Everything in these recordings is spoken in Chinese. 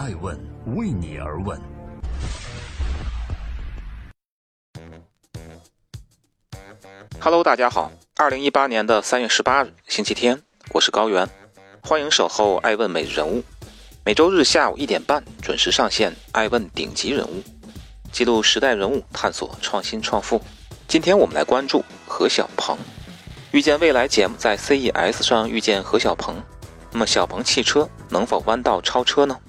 爱问为你而问。 Hello， 大家好，2018年3月18日，星期天，我是高原，欢迎守候爱问每日人物。每周日下午1点半准时上线爱问顶级人物，记录时代人物，探索创新创富。今天我们来关注何小鹏。遇见未来节目在 CES 上遇见何小鹏，那么小鹏汽车能否弯道超车呢？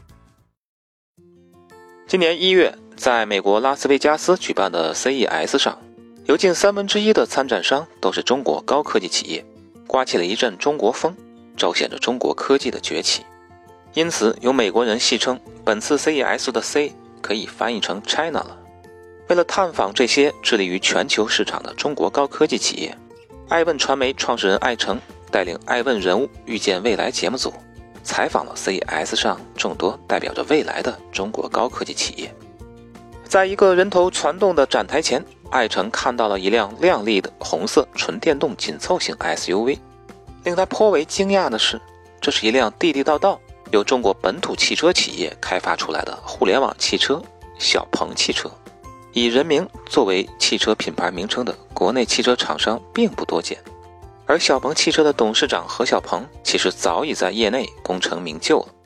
今年1月，在美国拉斯维加斯举办的 CES 上，有近1/3的参展商都是中国高科技企业，刮起了一阵中国风，彰显着中国科技的崛起。因此有美国人戏称本次 CES 的 C 可以翻译成 China 了。为了探访这些致力于全球市场的中国高科技企业，爱问传媒创始人艾诚带领爱问人物遇见未来节目组，采访了 CES 上众多代表着未来的中国高科技企业。在一个人头攒动的展台前，艾诚看到了一辆亮丽的红色纯电动紧凑型 SUV。 令他颇为惊讶的是，这是一辆地地道道由中国本土汽车企业开发出来的互联网汽车小鹏汽车。以人名作为汽车品牌名称的国内汽车厂商并不多见，而小鹏汽车的董事长何小鹏其实早已在业内功成名就了。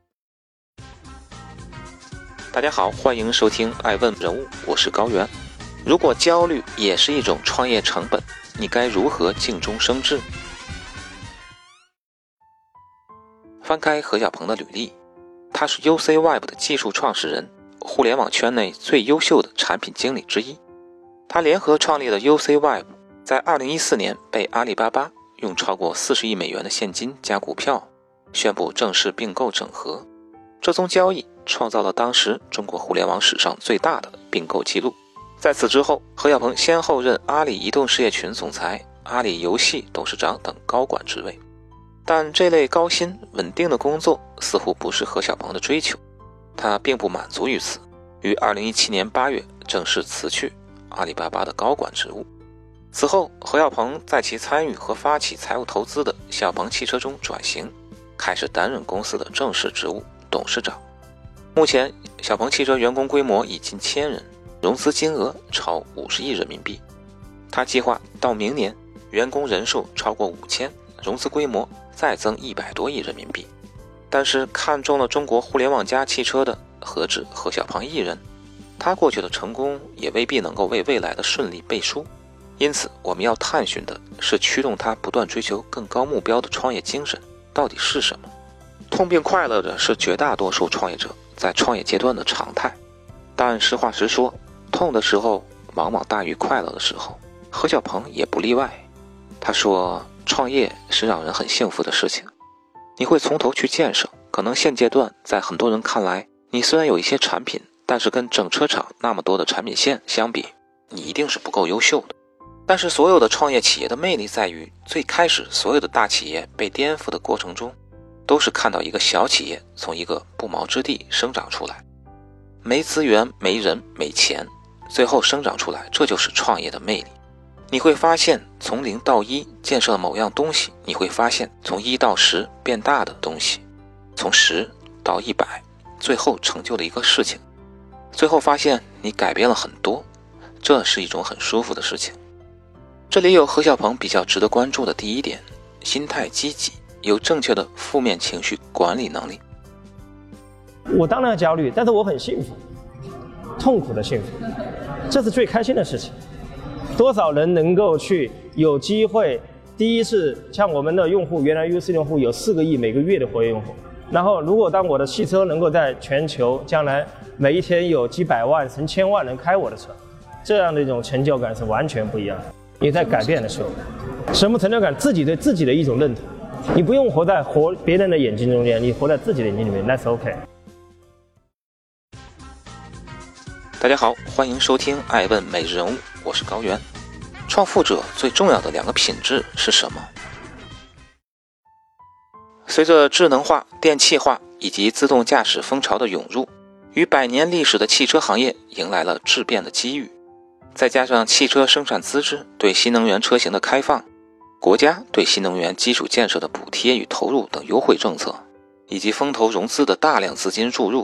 大家好，欢迎收听爱问人物，我是高原。如果焦虑也是一种创业成本，你该如何静中生智？翻开何小鹏的履历，他是 UCWeb 的技术创始人，互联网圈内最优秀的产品经理之一。他联合创立的 UCWeb 在2014年被阿里巴巴用超过40亿美元的现金加股票宣布正式并购整合。这宗交易创造了当时中国互联网史上最大的并购记录。在此之后，何小鹏先后任阿里移动事业群总裁、阿里游戏董事长等高管职位。但这类高薪稳定的工作似乎不是何小鹏的追求，他并不满足于此，于2017年8月正式辞去阿里巴巴的高管职务。此后，何小鹏在其参与和发起财务投资的小鹏汽车中转型，开始担任公司的正式职务董事长。目前小鹏汽车员工规模已近1000人，融资金额超50亿人民币。他计划到明年员工人数超过5000，融资规模再增100多亿人民币。但是看中了中国互联网加汽车的何止何小鹏一人，他过去的成功也未必能够为未来的顺利背书。因此我们要探寻的是驱动他不断追求更高目标的创业精神到底是什么。痛并快乐着是绝大多数创业者在创业阶段的常态，但实话实说，痛的时候往往大于快乐的时候，何小鹏也不例外。他说，创业是让人很幸福的事情，你会从头去建设，可能现阶段在很多人看来，你虽然有一些产品，但是跟整车厂那么多的产品线相比，你一定是不够优秀的。但是所有的创业企业的魅力在于，最开始所有的大企业被颠覆的过程中，都是看到一个小企业从一个不毛之地生长出来，没资源、没人、没钱，最后生长出来，这就是创业的魅力。你会发现从0到1建设了某样东西，你会发现从1到10变大的东西，从10到100，最后成就了一个事情，最后发现你改变了很多，这是一种很舒服的事情。这里有何小鹏比较值得关注的第一点，心态积极，有正确的负面情绪管理能力。 我当然焦虑，但是我很幸福，痛苦的幸福，这是最开心的事情。多少人能够去有机会，第一是像我们的用户，原来 UC 用户有4个亿每个月的活跃用户，然后如果当我的汽车能够在全球将来每一天有几百万甚至1000万人开我的车，这样的一种成就感是完全不一样的。你在改变的时候，什么成就感？自己对自己的一种认同。你不用活在别人的眼睛中间，你活在自己的眼睛里面， that's OK。 大家好，欢迎收听爱问每日人物，我是高原。创富者最重要的2个品质是什么？随着智能化、电气化以及自动驾驶风潮的涌入，与100年历史的汽车行业迎来了质变的机遇。再加上汽车生产资质对新能源车型的开放，国家对新能源基础建设的补贴与投入等优惠政策，以及风投融资的大量资金注入，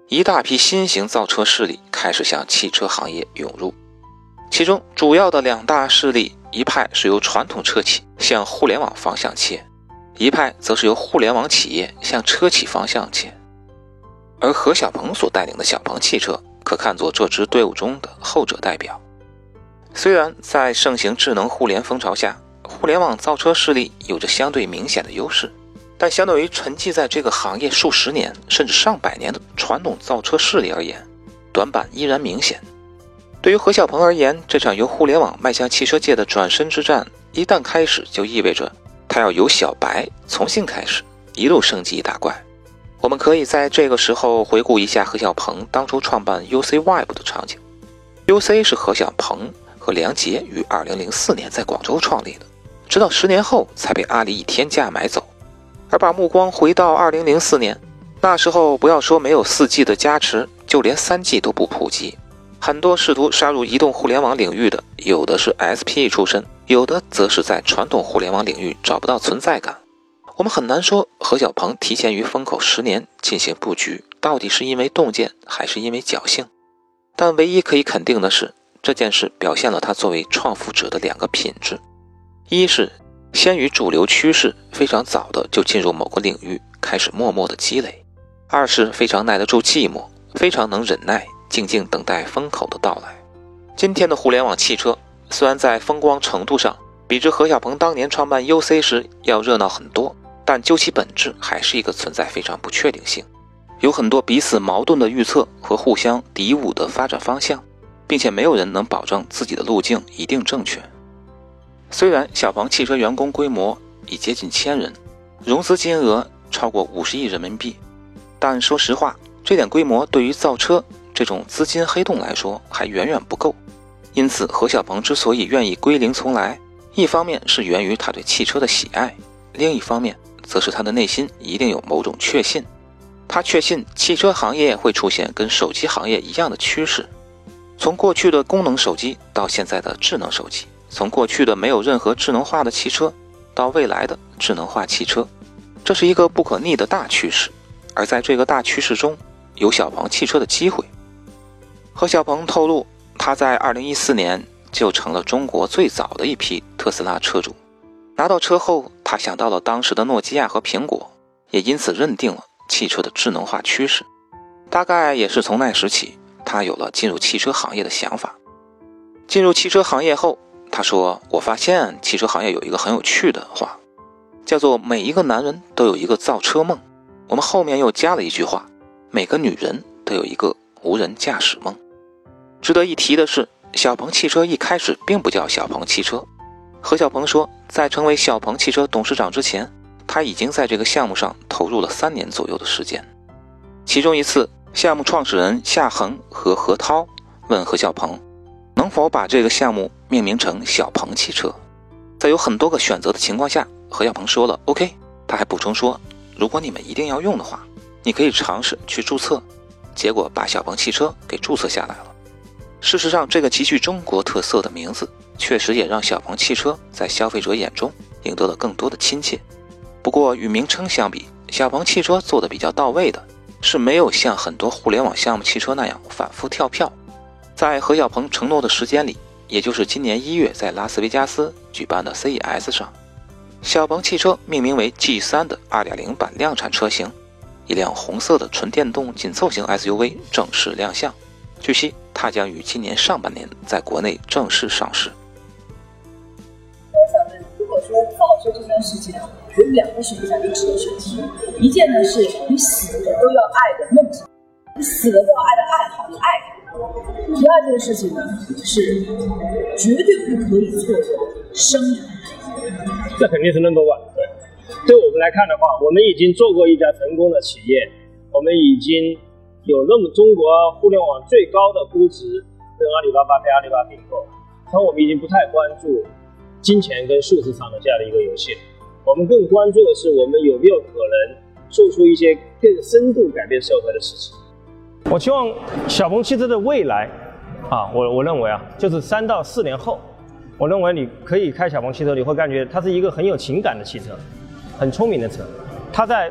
一大批新型造车势力开始向汽车行业涌入，其中主要的2大势力，一派是由传统车企向互联网方向切，一派则是由互联网企业向车企方向切。而何小鹏所带领的小鹏汽车可看作这支队伍中的后者代表。虽然在盛行智能互联风潮下，互联网造车势力有着相对明显的优势，但相对于沉寂在这个行业数十年甚至上百年的传统造车势力而言，短板依然明显。对于何小鹏而言，这场由互联网迈向汽车界的转身之战一旦开始，就意味着他要由小白从新开始，一路升级打怪。我们可以在这个时候回顾一下何小鹏当初创办 UCWeb 的场景。UC 是何小鹏和梁杰于2004年在广州创立的，直到10年后才被阿里以天价买走。而把目光回到2004年，那时候不要说没有 4G 的加持，就连 3G 都不普及。很多试图杀入移动互联网领域的，有的是 SPE 出身，有的则是在传统互联网领域找不到存在感。我们很难说何小鹏提前于风口10年进行布局，到底是因为洞见还是因为侥幸。但唯一可以肯定的是，这件事表现了他作为创富者的2个品质：一是先于主流趋势，非常早的就进入某个领域，开始默默的积累；二是非常耐得住寂寞，非常能忍耐，静静等待风口的到来。今天的互联网汽车虽然在风光程度上比之何小鹏当年创办 UC 时要热闹很多，但究其本质还是一个存在非常不确定性，有很多彼此矛盾的预测和互相敌伍的发展方向，并且没有人能保证自己的路径一定正确。虽然小鹏汽车员工规模已接近1000人，融资金额超过50亿人民币，但说实话，这点规模对于造车这种资金黑洞来说还远远不够。因此何小鹏之所以愿意归零重来，一方面是源于他对汽车的喜爱，另一方面则是他的内心一定有某种确信。他确信汽车行业会出现跟手机行业一样的趋势，从过去的功能手机到现在的智能手机，从过去的没有任何智能化的汽车到未来的智能化汽车，这是一个不可逆的大趋势。而在这个大趋势中，有小鹏汽车的机会。何小鹏透露，他在2014年就成了中国最早的一批特斯拉车主。拿到车后，他想到了当时的诺基亚和苹果，也因此认定了汽车的智能化趋势。大概也是从那时起，他有了进入汽车行业的想法。进入汽车行业后，他说，我发现汽车行业有一个很有趣的话，叫做每一个男人都有一个造车梦。我们后面又加了一句话，每个女人都有一个无人驾驶梦。值得一提的是，小鹏汽车一开始并不叫小鹏汽车。何小鹏说，在成为小鹏汽车董事长之前，他已经在这个项目上投入了3年左右的时间。其中一次，项目创始人夏恒和何涛问何小鹏能否把这个项目命名成小鹏汽车。在有很多个选择的情况下，何小鹏说了 OK。 他还补充说，如果你们一定要用的话，你可以尝试去注册。结果把小鹏汽车给注册下来了。事实上，这个极具中国特色的名字确实也让小鹏汽车在消费者眼中赢得了更多的亲切。不过与名称相比，小鹏汽车做的比较到位的是没有像很多互联网项目汽车那样反复跳票。在何小鹏承诺的时间里，也就是今年1月在拉斯维加斯举办的 CES 上，小鹏汽车命名为 G3 的 2.0 版量产车型，一辆红色的纯电动紧凑型 SUV 正式亮相。据悉，它将于今年上半年在国内正式上市。 我想问，如果说造车这件事情有2个选项，有2个选题，一件呢是你死了都要爱的梦想，你死了都要爱的爱好，你爱它。第二件事情呢是绝对不可以错过生意。 这肯定是 No.1。 对我们来看的话，我们已经做过一家成功的企业，我们已经有那么中国互联网最高的估值跟阿里巴巴被阿里巴巴并购，所以我们已经不太关注金钱跟数字上的这样的一个游戏，我们更关注的是我们有没有可能做出一些更深度改变社会的事情。我希望小鹏汽车的未来我认为就是3到4年后，我认为你可以开小鹏汽车，你会感觉它是一个很有情感的汽车，很聪明的车。它在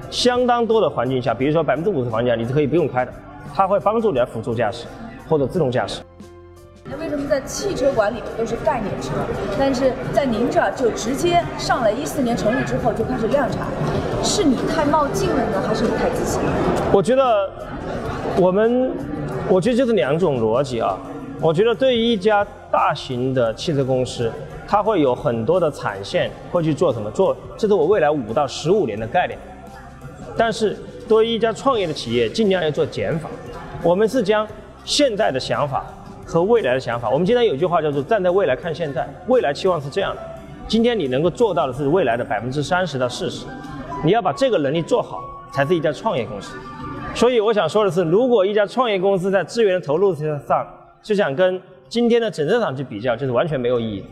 相当多的环境下，比如说50%的环境下，你是可以不用开的，它会帮助你来辅助驾驶或者自动驾驶。 那为什么在汽车馆里面都是概念车，但是在您这儿就直接上来14年成立之后就开始量产？是你太冒进了呢，还是你太自信？ 我觉得就是两种逻辑啊。我觉得对于一家大型的汽车公司，它会有很多的产线会去做什么？这是我未来5到15年的概念。但是对于一家创业的企业，尽量要做减法。我们是将现在的想法和未来的想法，我们经常有一句话叫做站在未来看现在，未来期望是这样的，今天你能够做到的是未来的30%到40%，你要把这个能力做好，才是一家创业公司。所以我想说的是，如果一家创业公司在资源投入上就想跟今天的整车厂去比较，就是完全没有意义。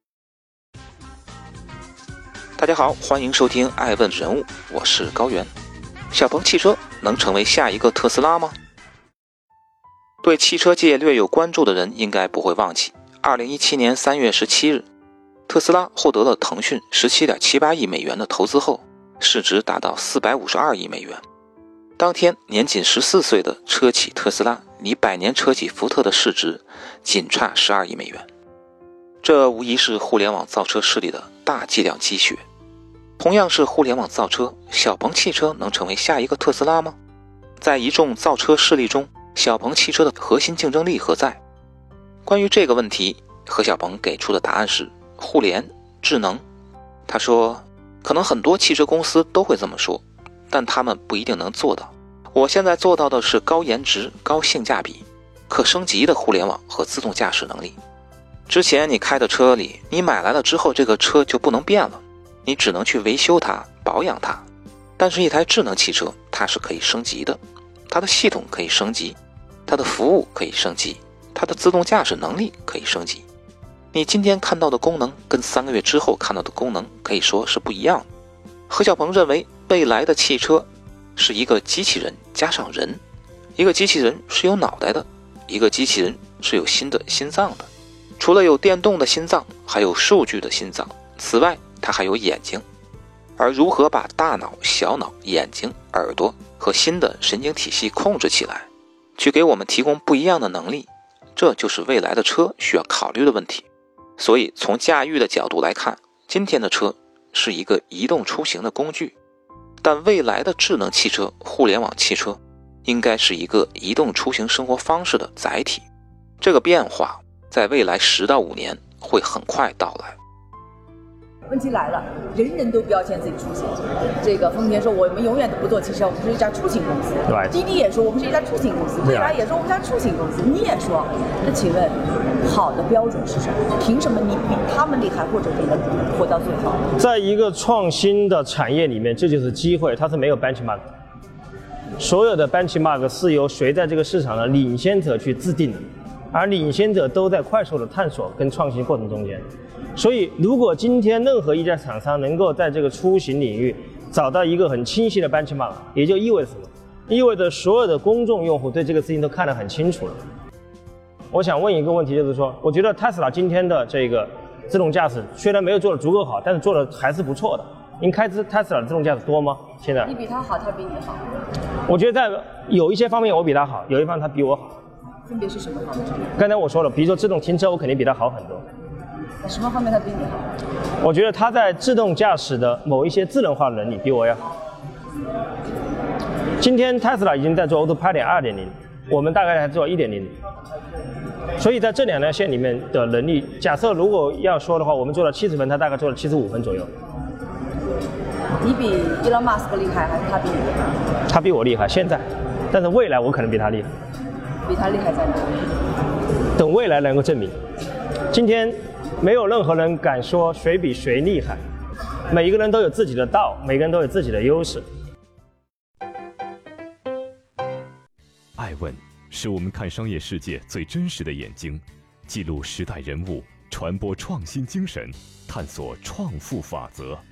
大家好，欢迎收听爱问人物，我是高原。小鹏汽车能成为下一个特斯拉吗？对汽车界略有关注的人应该不会忘记2017年3月17日，特斯拉获得了腾讯17.78亿美元的投资后，市值达到452亿美元。当天年仅14岁的车企特斯拉离百年车企福特的市值仅差12亿美元。这无疑是互联网造车势力的大剂量积雪。同样是互联网造车，小鹏汽车能成为下一个特斯拉吗？在一众造车势力中，小鹏汽车的核心竞争力何在？关于这个问题，何小鹏给出的答案是互联、智能。他说，可能很多汽车公司都会这么说，但他们不一定能做到。我现在做到的是高颜值、高性价比、可升级的互联网和自动驾驶能力。之前你开的车里，你买来了之后，这个车就不能变了，你只能去维修它、保养它。但是一台智能汽车，它是可以升级的，它的系统可以升级，它的服务可以升级，它的自动驾驶能力可以升级。你今天看到的功能跟3个月之后看到的功能可以说是不一样的。何小鹏认为，未来的汽车是一个机器人加上人，一个机器人是有脑袋的，一个机器人是有新的心脏的。除了有电动的心脏，还有数据的心脏，此外它还有眼睛。而如何把大脑、小脑、眼睛、耳朵和新的神经体系控制起来，去给我们提供不一样的能力，这就是未来的车需要考虑的问题。所以从驾驭的角度来看，今天的车是一个移动出行的工具，但未来的智能汽车、互联网汽车应该是一个移动出行生活方式的载体。这个变化在未来10到5年会很快到来。 问题来了，人人都标签自己出行。这个丰田说我们永远都不做汽车，我们是一家出行公司。 对， 滴滴也说我们是一家出行公司，蔚来也说我们是一家出行公司。你也说，那请问好的标准是什么？凭什么你比他们厉害，或者你能活到最好？ 在一个创新的产业里面，这就是机会，它是没有 benchmark。所有的 benchmark 是由谁在这个市场的领先者去制定的，而领先者都在快速的探索跟创新过程中间。所以如果今天任何一家厂商能够在这个出行领域找到一个很清晰的 benchmark， 也就意味着什么？意味着所有的公众用户对这个事情都看得很清楚了。我想问一个问题，就是说，我觉得 Tesla 今天的这个自动驾驶虽然没有做得足够好，但是做的还是不错的。您开Tesla 的自动驾驶多吗？现在？ 你比他好，他比你好。 我觉得在有一些方面我比他好，有一方面他比我好。 分别是什么方面？ 刚才我说了，比如说自动停车，我肯定比他好很多。 那什么方面他比你好？ 我觉得他在自动驾驶的某一些智能化能力比我要好。今天 Tesla 已经在做 Autopilot 2.0， 我们大概还做 1.0。所以在这2条线里面的能力，假设如果要说的话，我们做了70分，他大概做了75分左右。 你比 Elon Musk 厉害，还是他比你厉害？ 他比我厉害，现在，但是未来我可能比他厉害。 比他厉害在哪？ 等未来能够证明。今天没有任何人敢说谁比谁厉害，每一个人都有自己的道，每个人都有自己的优势。 爱问是我们看商业世界最真实的眼睛，记录时代人物，传播创新精神，探索创富法则。